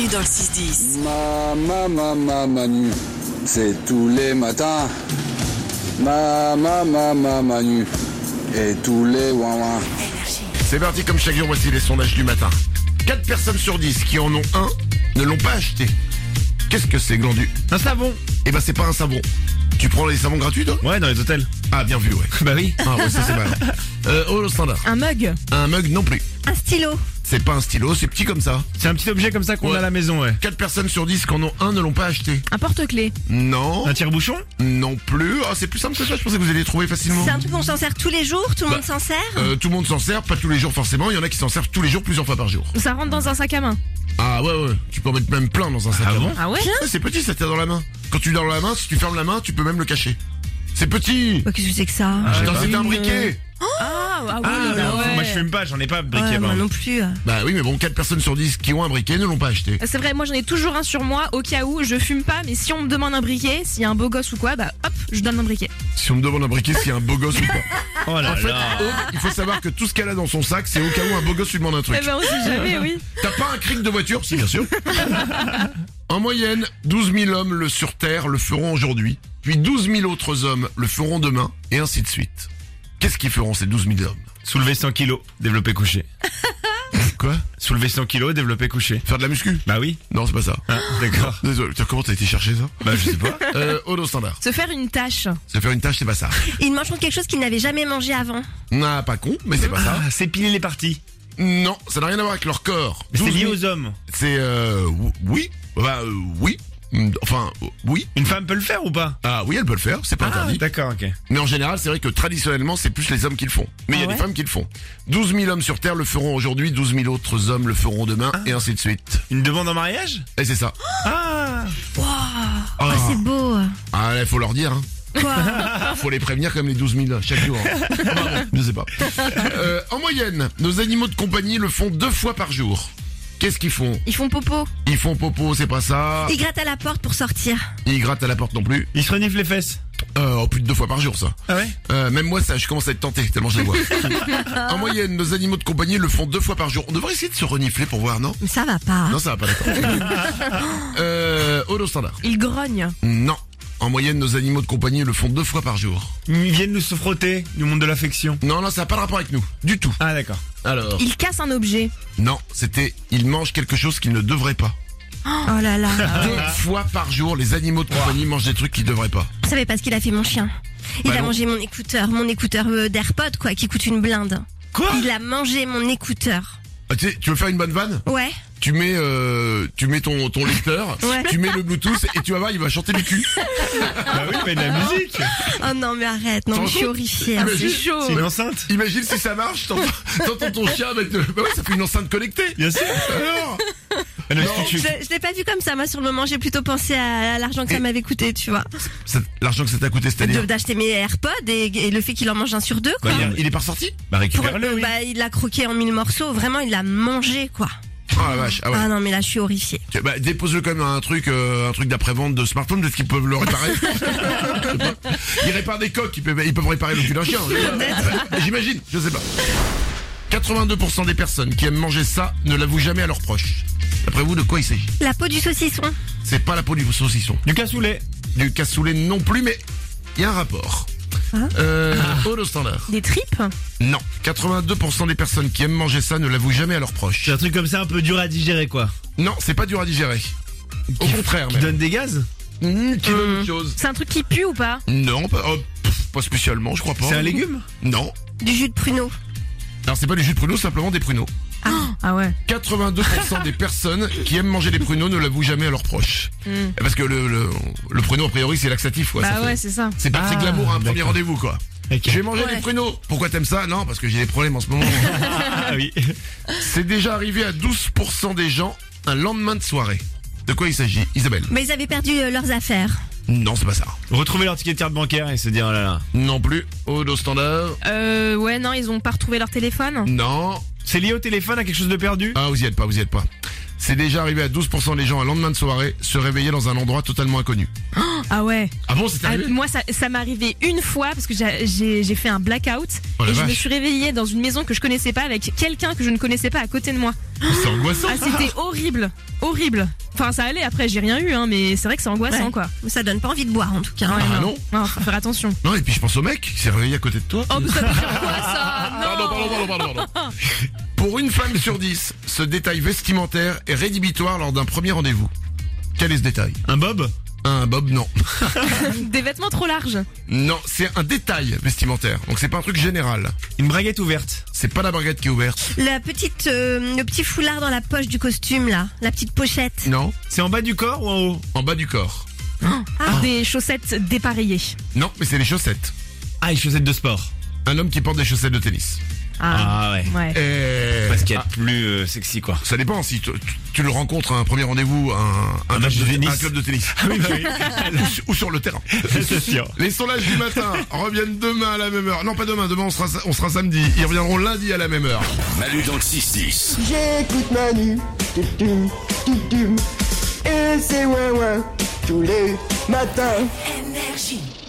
Manu dans le 6-10. Manu, c'est tous les matins. Manu, et tous les ouin. C'est parti, comme chaque jour, voici les sondages du matin. 4 personnes sur 10 qui en ont un ne l'ont pas acheté. Qu'est-ce que c'est, Glandu? Un savon. Eh ben, c'est pas un savon. Tu prends les savons gratuits, toi? Ouais, dans les hôtels. Ah, bien vu, ouais. Bah oui. Ah ouais, ça c'est mal. Au standard. Un mug. Un mug non plus. Un stylo. C'est pas un stylo, c'est petit comme ça. C'est un petit objet comme ça qu'on a à la maison, ouais. 4 personnes sur 10 qui en ont un ne l'ont pas acheté. Un porte-clés. Non. Un tire-bouchon. Non plus. Ah, c'est plus simple que ça, je pensais que vous alliez trouver facilement. C'est un truc qu'on s'en sert tous les jours, tout le monde s'en sert. Tout le monde s'en sert, pas tous les jours forcément, il y en a qui s'en servent tous les jours, plusieurs fois par jour. Ça rentre dans un sac à main. Ah ouais, tu peux en mettre même plein dans un sac à main. Ah ouais? Ouais, c'est petit, ça tient dans la main. Quand tu l'as dans la main, si tu fermes la main, tu peux même le cacher. C'est petit. Qu'est-ce que c'est que ça? Putain, c'est un briquet. Ah Moi je fume pas, j'en ai pas de briquet. Ouais, moi pardon. non plus. Bah oui, mais bon, 4 personnes sur 10 qui ont un briquet ne l'ont pas acheté. C'est vrai, moi j'en ai toujours un sur moi au cas où je fume pas, mais si on me demande un briquet, s'il y a un beau gosse ou quoi, bah hop, je donne un briquet. Si on me demande un briquet, s'il y a un beau gosse ou pas. Oh là En fait, là. Aude, il faut savoir que tout ce qu'elle a dans son sac, c'est au cas où un beau gosse lui demande un truc. Eh ben on sait jamais, oui. T'as pas un cric de voiture? Si, bien sûr. En moyenne, 12 000 hommes sur Terre le feront aujourd'hui, puis 12 000 autres hommes le feront demain, et ainsi de suite. Qu'est-ce qu'ils feront, ces 12 000 hommes? Soulever 100 kilos, développer couché. Quoi? Soulever 100 kilos, développer couché. Faire de la muscu? Bah oui. Non, c'est pas ça. Ah, d'accord. Désolé, comment t'as été chercher ça? Bah je sais pas. Au standard. Se faire une tâche. Se faire une tâche, c'est pas ça. Ils mangeront quelque chose qu'ils n'avaient jamais mangé avant. Non, pas con, mais c'est pas ça. Ah, s'épiler les parties. Non, ça n'a rien à voir avec leur corps. C'est 12 lié 000 aux hommes. C'est oui. Bah oui. Enfin, oui. Une femme peut le faire ou pas? Ah oui, elle peut le faire, c'est pas interdit. D'accord, ok. Mais en général, c'est vrai que traditionnellement, c'est plus les hommes qui le font. Mais il y a des femmes qui le font. 12 000 hommes sur Terre le feront aujourd'hui, 12 000 autres hommes le feront demain, et ainsi de suite. Une demande en mariage? Et c'est ça. Ah. Oh, c'est beau. Ah, il faut leur dire, hein. Quoi? Faut les prévenir comme les 12 000 chaque jour. Hein. Ah, pardon, je sais pas. En moyenne, nos animaux de compagnie le font 2 fois par jour. Qu'est-ce qu'ils font? Ils font popo. Ils font popo, c'est pas ça. Ils grattent à la porte pour sortir. Ils grattent à la porte non plus. Il se renifle les fesses. Plus de 2 fois par jour, ça. Ah ouais? Même moi, ça, je commence à être tenté, tellement je les vois. En moyenne, nos animaux de compagnie le font 2 fois par jour. On devrait essayer de se renifler pour voir, non? Mais ça va pas. Non, ça va pas, d'accord. Au standard. Ils grognent. Non. En moyenne, nos animaux de compagnie le font 2 fois par jour. Ils viennent nous se frotter, nous montrent de l'affection. Non, ça n'a pas de rapport avec nous. Du tout. Ah d'accord. Alors. Ils cassent un objet. Non, c'était, ils mangent quelque chose qu'ils ne devraient pas. Oh là là. 2 fois par jour, les animaux de compagnie mangent des trucs qu'ils devraient pas. Vous savez pas ce qu'il a fait mon chien? Il Bah a non. mangé mon écouteur d'AirPod quoi, qui coûte une blinde. Quoi? Il a mangé mon écouteur. Ah, tu veux faire une bonne vanne? Ouais. Tu mets ton lecteur, Ouais. tu mets le Bluetooth et tu vas voir, il va chanter du cul. Bah oui, mais de la musique. Oh non mais arrête, non mais je suis horrifiée. hein, Imagine- c'est chaud. C'est une enceinte. Imagine si ça marche, t'entends ton chien avec bah ouais, ça fait une enceinte connectée. Bien sûr. Alors, Ah non, Non. est-ce que tu- Je l'ai pas vu comme ça, moi sur le moment, j'ai plutôt pensé à l'argent que ça m'avait coûté, tu vois. l'argent que ça t'a coûté, c'est-à-dire? D'acheter mes AirPods et le fait qu'il en mange un sur 2 quoi. Bah, Il est pas ressorti? Bah Pour- récupère-le, oui. bah, il l'a croqué en 1000 morceaux, vraiment il l'a mangé quoi. Oh la vache, ah ouais. Ah non mais là je suis horrifiée. Tiens, bah, dépose-le quand même dans un truc d'après-vente de smartphone, peut-être qu'ils peuvent le réparer. Je sais pas. Ils réparent des coques, ils peuvent réparer le cul d'un chien. J'imagine, je sais pas. 82% des personnes qui aiment manger ça ne l'avouent jamais à leurs proches. D'après vous, de quoi il s'agit? La peau du saucisson. C'est pas la peau du saucisson. Du cassoulet. Du cassoulet non plus, mais il y a un rapport. Au standard. Des tripes. Non. 82% des personnes qui aiment manger ça ne l'avouent jamais à leurs proches. C'est un truc comme ça un peu dur à digérer quoi. Non, c'est pas dur à digérer. Au contraire, Qui même. donne des gaz? Qui donne une chose. C'est un truc qui pue ou pas? Non, pas spécialement, je crois pas. C'est un légume? Non. Du jus de pruneau. Alors c'est pas du jus de pruneau, simplement des pruneaux. Ah ouais. 82% des personnes qui aiment manger les pruneaux ne l'avouent jamais à leurs proches. Parce que le pruneau, a priori, c'est laxatif, quoi. Bah Ça fait- ouais, c'est ça. C'est pas très glamour, un premier d'accord. rendez-vous, quoi. Ok. Je vais manger Ouais. des pruneaux. Pourquoi t'aimes ça? Non, parce que j'ai des problèmes en ce moment. Ah oui. C'est déjà arrivé à 12% des gens un lendemain de soirée. De quoi il s'agit, Isabelle? Mais ils avaient perdu leurs affaires. Non, c'est pas ça. Retrouver leur ticket de carte bancaire et se dire oh là là. Non plus. Au standard? Ouais non, ils ont pas retrouvé leur téléphone. Non. C'est lié au téléphone à quelque chose de perdu? Ah, vous y êtes pas. C'est déjà arrivé à 12% des gens, un lendemain de soirée, se réveiller dans un endroit totalement inconnu. Ah ouais. Ah bon, c'est arrivé? Moi, ça m'est arrivé une fois parce que j'ai fait un blackout Oh la et je me vache. suis réveillée dans une maison que je connaissais pas avec quelqu'un que je ne connaissais pas à côté de moi. C'est angoissant. Ah, c'était horrible, horrible. Enfin, ça allait. Après, j'ai rien eu, hein, mais c'est vrai que c'est angoissant, Ouais. quoi. Ça donne pas envie de boire en tout cas. Ouais, Ah non. faut faire attention. Non, et puis je pense au mec qui s'est réveillé à côté de toi. Oh, mais ça peut faire quoi ça? Non. Pardon. Pour une femme sur 10, ce détail vestimentaire est rédhibitoire lors d'un premier rendez-vous. Quel est ce détail? Un bob? Un bob, non. Des vêtements trop larges. Non, c'est un détail vestimentaire. Donc c'est pas un truc général. Une braguette ouverte? C'est pas la baguette qui est ouverte. Le petit foulard dans la poche du costume là, la petite pochette. Non. C'est en bas du corps ou en haut? En bas du corps. Des chaussettes dépareillées. Non, mais c'est les chaussettes. Ah, les chaussettes de sport. Un homme qui porte des chaussettes de tennis. Ah ouais. Ouais. Et... Parce qu'il y a plus sexy quoi. Ça dépend, si tu le rencontres à un premier rendez-vous, un match de tennis. un club de tennis. Oui, bah oui. Ou sur le terrain. C'est sûr. Les sondages du matin reviennent demain à la même heure. Non, pas demain, demain on sera samedi. Ils reviendront lundi à la même heure. Manu dans le 6-10. J'écoute Manu, tutum, tutum, et c'est ouin ouin tous les matins. Énergie.